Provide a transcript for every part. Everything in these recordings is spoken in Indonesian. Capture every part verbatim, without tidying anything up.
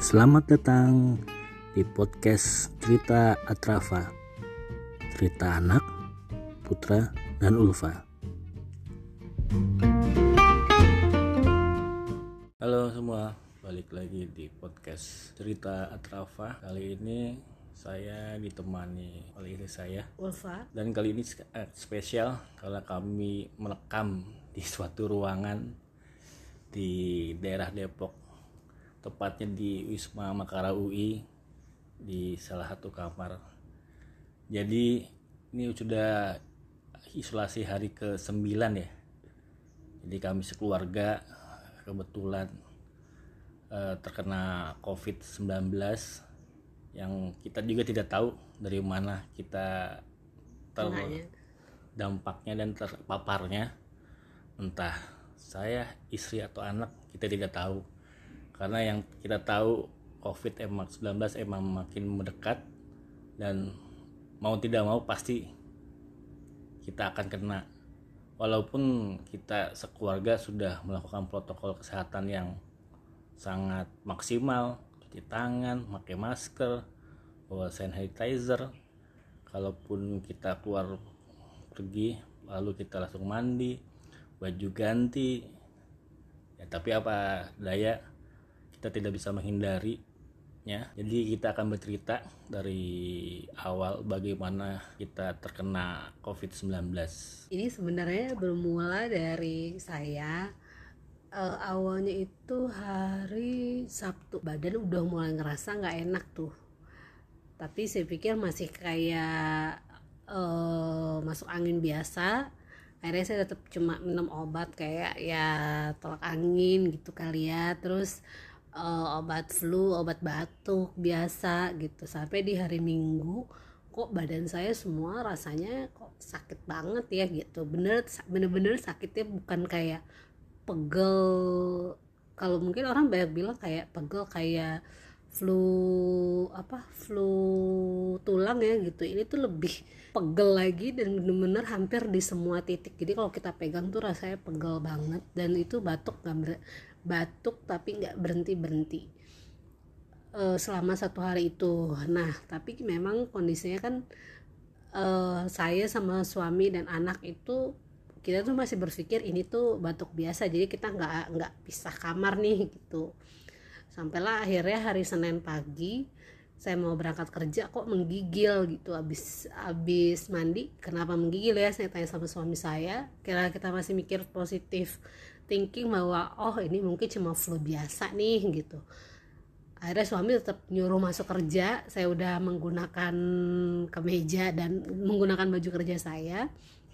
Selamat datang di podcast Cerita Atrafa, cerita anak, putra, dan ulfa. Halo semua, balik lagi di podcast Cerita Atrafa. Kali ini saya ditemani oleh istri saya, Ulfa. Dan kali ini spesial karena kami merekam di suatu ruangan di daerah Depok, tepatnya di Wisma Makara U I, di salah satu kamar. Jadi ini sudah isolasi hari ke sembilan ya. Jadi kami sekeluarga kebetulan eh, terkena covid sembilan belas yang kita juga tidak tahu dari mana kita terdampaknya dan terpaparnya. Entah saya, istri atau anak, kita tidak tahu. Karena yang kita tahu covid sembilan belas emang makin mendekat dan mau tidak mau pasti kita akan kena. Walaupun kita sekeluarga sudah melakukan protokol kesehatan yang sangat maksimal, cuci tangan, pakai masker, bawa sanitizer, kalaupun kita keluar pergi lalu kita langsung mandi, baju ganti ya, tapi apa daya, kita tidak bisa menghindarinya. Jadi kita akan bercerita dari awal bagaimana kita terkena covid sembilan belas. Ini sebenarnya bermula dari saya uh, awalnya itu hari Sabtu. Badan udah mulai ngerasa gak enak tuh. Tapi saya pikir masih kayak uh, masuk angin biasa. Akhirnya saya tetap cuma minum obat kayak ya tolak angin gitu kali ya. Terus Uh, obat flu, obat batuk biasa gitu. Sampai di hari Minggu kok badan saya semua rasanya kok sakit banget ya gitu. Bener bener-bener sakitnya bukan kayak pegel. Kalau mungkin orang banyak bilang kayak pegel kayak flu apa flu tulang ya gitu. Ini tuh lebih pegel lagi dan bener-bener hampir di semua titik. Jadi kalau kita pegang tuh rasanya pegel banget, dan itu batuk nggak batuk tapi nggak berhenti berhenti uh, selama satu hari itu. Nah tapi memang kondisinya kan uh, saya sama suami dan anak itu kita tuh masih berpikir ini tuh batuk biasa, jadi kita nggak nggak pisah kamar nih gitu. Sampailah akhirnya hari Senin pagi saya mau berangkat kerja kok menggigil gitu. Abis abis mandi, kenapa menggigil ya, saya tanya sama suami saya. Kira kita masih mikir positif thinking bahwa oh ini mungkin cuma flu biasa nih gitu. Akhirnya suami tetap nyuruh masuk kerja. Saya udah menggunakan kemeja dan menggunakan baju kerja saya.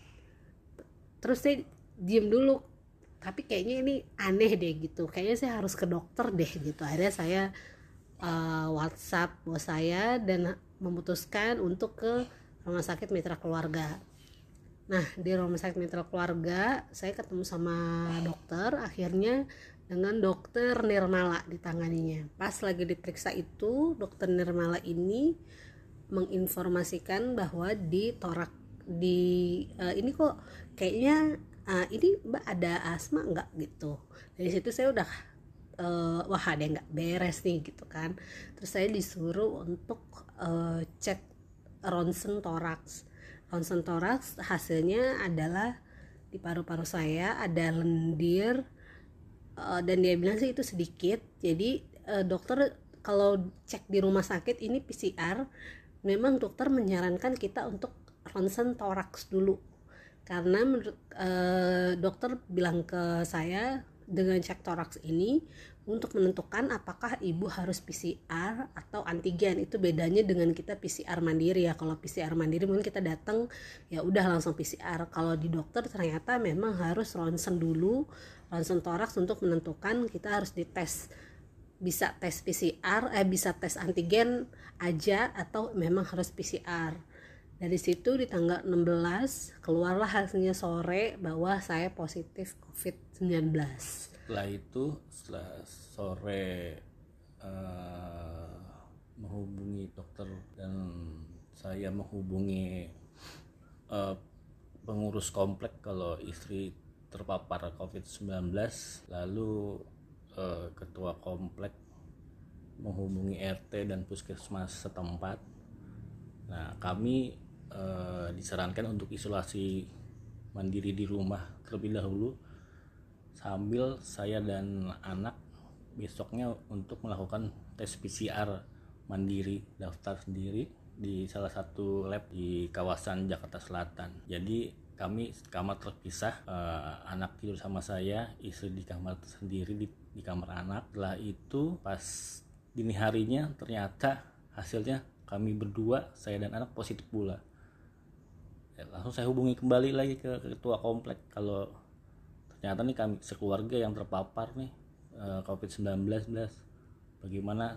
Terus saya diem dulu, tapi kayaknya ini aneh deh gitu, kayaknya saya harus ke dokter deh gitu. Akhirnya saya uh, WhatsApp bos saya dan memutuskan untuk ke rumah sakit Mitra Keluarga. Nah di rumah sakit Mitra Keluarga saya ketemu sama dokter, akhirnya dengan dokter Nirmala ditanganinya. Pas lagi diperiksa itu, dokter Nirmala ini menginformasikan bahwa di torak di uh, ini kok kayaknya uh, ini mbak ada asma nggak gitu. Dari situ saya udah uh, wah ada yang nggak beres nih gitu kan. Terus saya disuruh untuk uh, cek ronsen toraks. Ronsen toraks hasilnya adalah di paru-paru saya ada lendir, uh, dan dia bilang sih itu sedikit. Jadi uh, dokter kalau cek di rumah sakit ini P C R, memang dokter menyarankan kita untuk ronsen toraks dulu, karena menurut uh, dokter bilang ke saya dengan cek toraks ini untuk menentukan apakah ibu harus P C R atau antigen. Itu bedanya dengan kita P C R mandiri ya. Kalau P C R mandiri mungkin kita datang ya udah langsung P C R. Kalau di dokter ternyata memang harus ronsen dulu, ronsen toraks untuk menentukan kita harus dites, bisa tes P C R eh bisa tes antigen aja atau memang harus P C R. Dari situ di tanggal enam belas keluarlah hasilnya sore bahwa saya positif covid sembilan belas. Setelah itu, setelah sore uh, menghubungi dokter dan saya menghubungi uh, pengurus komplek kalau istri terpapar covid sembilan belas. Lalu uh, ketua komplek menghubungi R T dan puskesmas setempat. Nah, kami eh, disarankan untuk isolasi mandiri di rumah terlebih dahulu, sambil saya dan anak besoknya untuk melakukan tes P C R mandiri, daftar sendiri di salah satu lab di kawasan Jakarta Selatan. Jadi kami kamar terpisah, eh, anak tidur sama saya, istri di kamar sendiri di, di kamar anak. Setelah itu pas dini harinya ternyata hasilnya kami berdua, saya dan anak, positif pula. Ya, langsung saya hubungi kembali lagi ke, ke ketua komplek, kalau ternyata nih kami sekeluarga yang terpapar nih eh, covid sembilan belas, bagaimana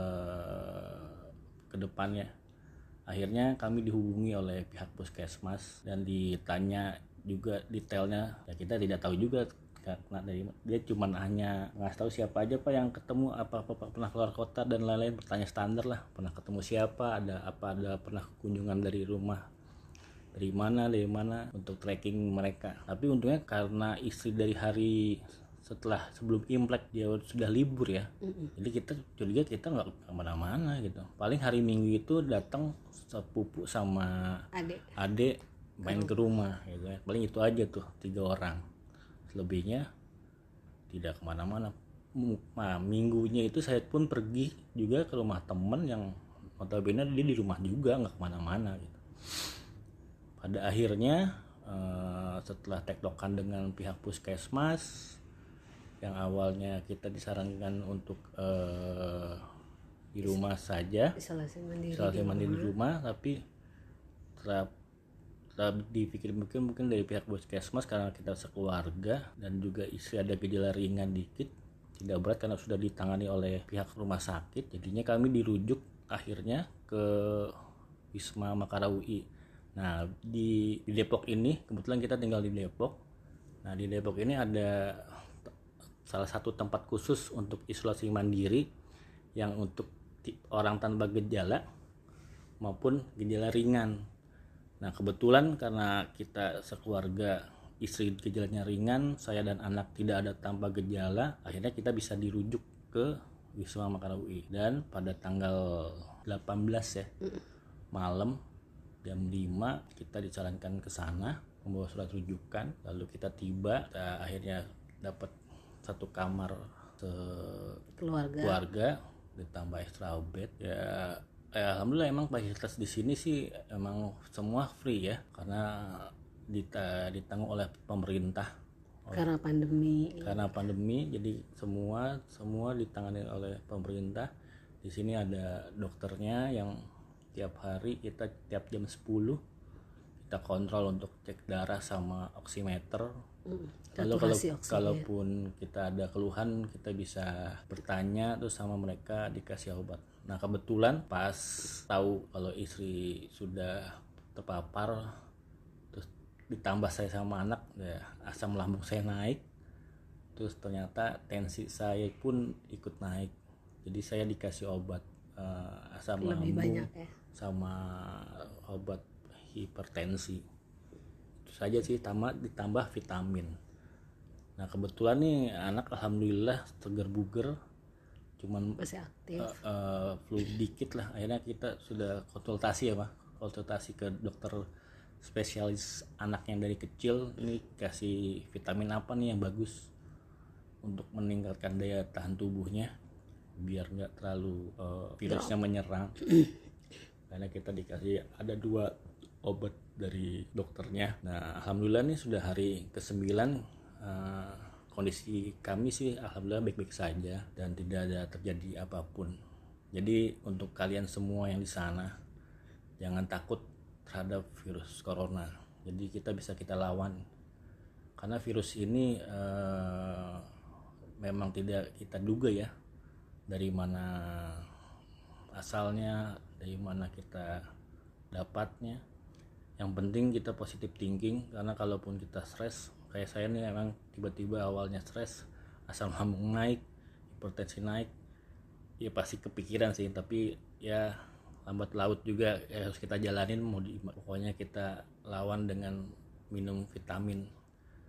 eh, ke depannya. Akhirnya kami dihubungi oleh pihak puskesmas dan ditanya juga detailnya. Ya kita tidak tahu juga karena dari dia cuma hanya ngasih tahu siapa aja pak yang ketemu, apa apa pernah keluar kota dan lain-lain, bertanya standar lah, pernah ketemu siapa, ada apa, ada pernah kunjungan dari rumah, dari mana dari mana untuk tracking mereka. Tapi untungnya karena istri dari hari setelah sebelum Imlek dia sudah libur ya, mm-mm. jadi kita curiga kita nggak kemana-mana gitu. Paling hari Minggu itu datang sepupu sama Adek. adek main ke rumah gitu ya. Paling itu aja tuh, tiga orang. Selebihnya tidak kemana-mana. Nah, minggunya itu saya pun pergi juga ke rumah temen yang notabene dia di rumah juga, nggak kemana-mana gitu. Pada akhirnya eh, setelah tektokan dengan pihak puskesmas, yang awalnya kita disarankan untuk eh, di rumah saja, isolasi mandiri, isolasi di, mandiri rumah. di rumah, tapi setelah dipikir-pikir mungkin dari pihak puskesmas karena kita sekeluarga dan juga istri ada gejala ringan dikit, tidak berat karena sudah ditangani oleh pihak rumah sakit, jadinya kami dirujuk akhirnya ke Wisma Makara U I. Nah di, di Depok ini, kebetulan kita tinggal di Depok. Nah di Depok ini ada salah satu tempat khusus untuk isolasi mandiri yang untuk orang tanpa gejala maupun gejala ringan. Nah kebetulan karena kita sekeluarga, istri gejalanya ringan, saya dan anak tidak ada tanpa gejala, akhirnya kita bisa dirujuk ke Wisma Makara U I. Dan pada tanggal delapan belas ya, malam jam lima kita disarankan ke sana membawa surat rujukan. Lalu kita tiba, kita akhirnya dapat satu kamar keluarga, keluarga ditambah extra bed ya. Eh, alhamdulillah emang fasilitas di sini sih emang semua free ya, karena ditanggung oleh pemerintah. Karena pandemi. Karena pandemi, jadi semua semua ditangani oleh pemerintah. Di sini ada dokternya yang tiap hari kita tiap jam sepuluh kita kontrol untuk cek darah sama oximeter. Hmm, Lalu kalau kalaupun kita ada keluhan kita bisa bertanya terus sama mereka, dikasih obat. Nah kebetulan pas tahu kalau istri sudah terpapar, terus ditambah saya sama anak, ya asam lambung saya naik, terus ternyata tensi saya pun ikut naik. Jadi saya dikasih obat uh, asam lebih lambung banyak, ya? Sama obat hipertensi. Itu saja sih, tambah ditambah vitamin. Nah kebetulan nih anak alhamdulillah segar buger, cuman masih aktif, uh, uh, flu dikit lah. Akhirnya kita sudah konsultasi ya Pak, konsultasi ke dokter spesialis anak yang dari kecil, ini kasih vitamin apa nih yang bagus untuk meningkatkan daya tahan tubuhnya biar nggak terlalu uh, virusnya menyerang. Karena kita dikasih ada dua obat dari dokternya. Nah alhamdulillah nih sudah hari kesembilan, uh, kondisi kami sih alhamdulillah baik-baik saja dan tidak ada terjadi apapun. Jadi untuk kalian semua yang di sana, jangan takut terhadap virus corona. Jadi kita bisa kita lawan, karena virus ini uh, memang tidak kita duga ya dari mana asalnya, dari mana kita dapatnya. Yang penting kita positive thinking, karena kalaupun kita stres, kayak saya nih emang tiba-tiba awalnya stres, asam lambung naik, hipertensi naik, ya pasti kepikiran sih. Tapi ya lambat laut juga ya harus kita jalanin. Mau di, pokoknya kita lawan dengan minum vitamin,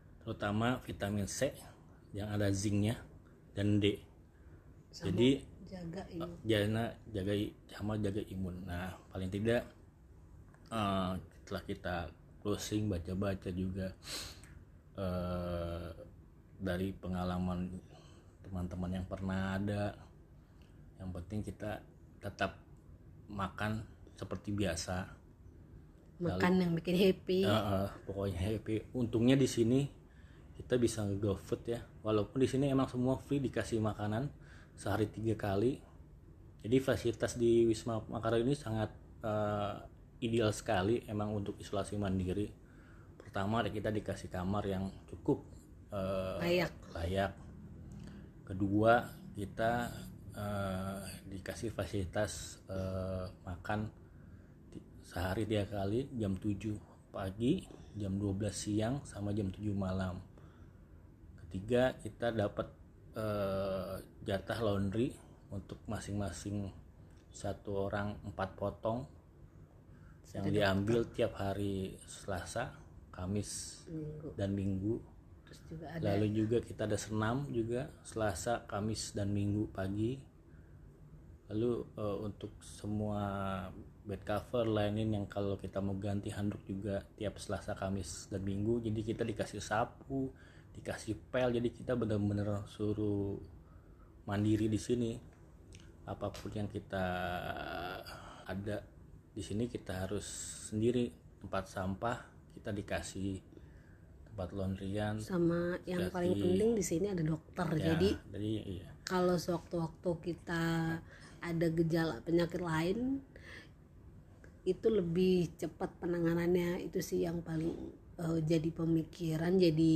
terutama vitamin C yang ada zincnya dan D. Sama jadi jaga imun. Jana jaga sama jaga imun. Nah paling tidak uh, setelah kita closing baca-baca juga uh, dari pengalaman teman-teman yang pernah ada, yang penting kita tetap makan seperti biasa, makan lalu, yang bikin happy. Uh, uh, pokoknya happy. Untungnya di sini kita bisa nge-GoFood ya, walaupun di sini emang semua free, dikasih makanan sehari tiga kali. Jadi fasilitas di Wisma Makara ini sangat uh, ideal sekali emang untuk isolasi mandiri. Pertama kita dikasih kamar yang cukup uh, layak. layak. Kedua kita uh, dikasih fasilitas uh, makan sehari tiga kali, jam tujuh pagi, jam dua belas siang, sama jam tujuh malam. Ketiga kita dapat uh, jatah laundry untuk masing-masing satu orang empat potong yang diambil tiap hari Selasa, Kamis, Minggu. dan Minggu. Terus juga ada... Lalu juga kita ada senam juga Selasa, Kamis, dan Minggu pagi. Lalu uh, untuk semua bed cover linen yang kalau kita mau ganti handuk juga tiap Selasa, Kamis, dan Minggu. Jadi kita dikasih sapu, dikasih pel, jadi kita benar-benar suruh mandiri di sini. Apapun yang kita ada di sini kita harus sendiri. Tempat sampah kita dikasih, tempat laundryan, sama yang dikasih, paling penting di sini ada dokter. Ya, jadi jadi iya. Kalau sewaktu-waktu kita ada gejala penyakit lain itu lebih cepat penanganannya. Itu sih yang paling uh, jadi pemikiran, jadi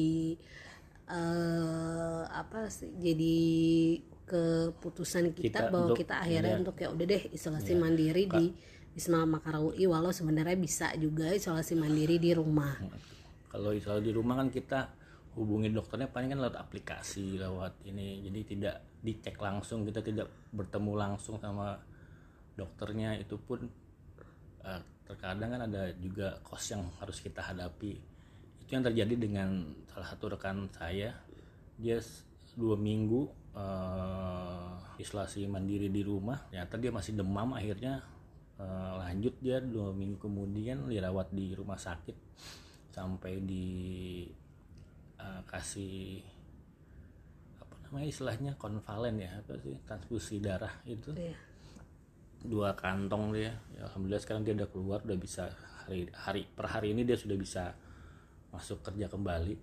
uh, apa sih jadi keputusan kita, kita bahwa untuk, kita akhirnya ya, untuk ya udah deh isolasi ya, mandiri Kak. Di Wisma Makara U I, walau sebenarnya bisa juga isolasi mandiri di rumah. Kalau isolasi di rumah kan kita hubungi dokternya paling kan lewat aplikasi, lewat ini, jadi tidak dicek langsung, kita tidak bertemu langsung sama dokternya. Itu pun uh, terkadang kan ada juga kos yang harus kita hadapi. Itu yang terjadi dengan salah satu rekan saya, dia dua minggu uh, isolasi mandiri di rumah, ternyata dia masih demam. Akhirnya uh, lanjut dia dua minggu kemudian dirawat di rumah sakit sampai di uh, kasih apa namanya istilahnya konvalen ya, apa sih, transfusi darah itu. Iya. Dua kantong dia. Ya, alhamdulillah sekarang dia udah keluar, udah bisa hari hari per hari ini dia sudah bisa masuk kerja kembali.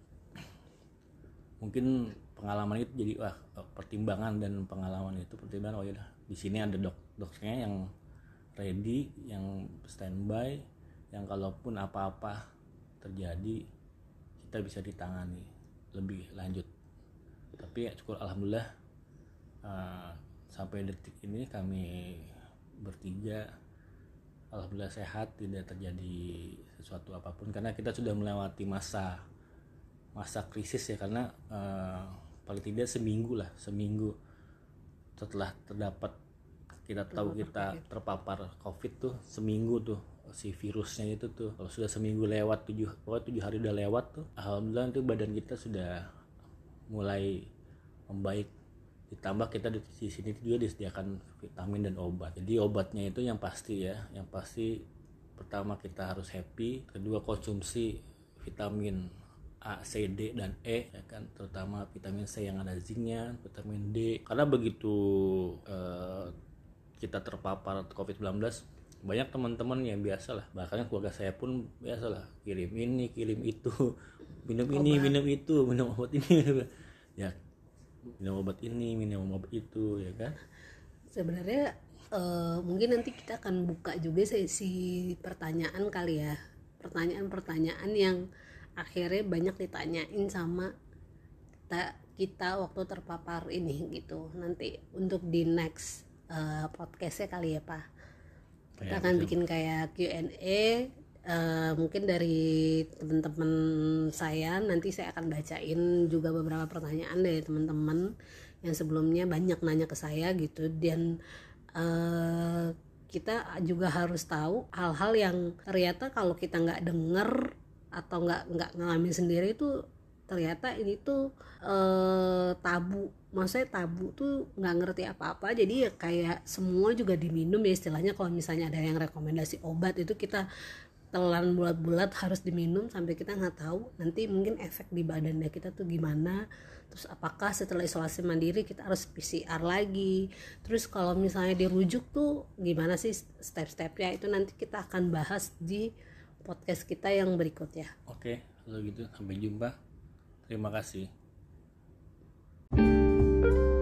Mungkin pengalaman itu jadi wah pertimbangan, dan pengalaman itu pertimbangan, oh ya di sini ada dok dokternya yang ready, yang standby, yang kalaupun apa-apa terjadi kita bisa ditangani lebih lanjut. Tapi ya syukur alhamdulillah uh, sampai detik ini kami bertiga alhamdulillah sehat, tidak terjadi sesuatu apapun, karena kita sudah melewati masa masa krisis ya. Karena uh, paling tidak seminggu lah seminggu setelah terdapat kita tahu kita terpapar COVID tuh, seminggu tuh si virusnya itu tuh, kalau sudah seminggu lewat, tujuh pokoknya tujuh hari udah lewat tuh, alhamdulillah itu badan kita sudah mulai membaik. Ditambah kita di sini juga disediakan vitamin dan obat. Jadi obatnya itu yang pasti ya, yang pasti pertama kita harus happy, kedua konsumsi vitamin A, C, D, dan E ya kan, terutama vitamin C yang ada zincnya, vitamin D. Karena begitu eh, kita terpapar covid sembilan belas, banyak teman-teman yang biasa lah, bahkan keluarga saya pun biasa lah, kirim ini kirim itu, minum ini obat. minum itu minum obat ini ya, minum obat ini minum obat itu ya kan. Sebenarnya uh, mungkin nanti kita akan buka juga sesi pertanyaan kali ya, pertanyaan-pertanyaan yang akhirnya banyak ditanyain sama kita, kita waktu terpapar ini gitu. Nanti untuk di next uh, podcastnya kali ya Pak, kita ya, akan bisa. Bikin kayak Q and A, uh, mungkin dari teman-teman saya nanti saya akan bacain juga beberapa pertanyaan dari teman-teman yang sebelumnya banyak nanya ke saya gitu. Dan uh, kita juga harus tahu hal-hal yang ternyata kalau kita nggak denger atau nggak nggak ngalamin sendiri itu ternyata ini tuh eh, tabu. Maksudnya tabu tuh nggak ngerti apa-apa, jadi ya kayak semua juga diminum ya istilahnya. Kalau misalnya ada yang rekomendasi obat itu kita telan bulat-bulat harus diminum sampai kita nggak tahu nanti mungkin efek di badannya kita tuh gimana. Terus apakah setelah isolasi mandiri kita harus P C R lagi, terus kalau misalnya dirujuk tuh gimana sih step-stepnya, itu nanti kita akan bahas di podcast kita yang berikutnya. Oke, kalau gitu sampai jumpa. Terima kasih.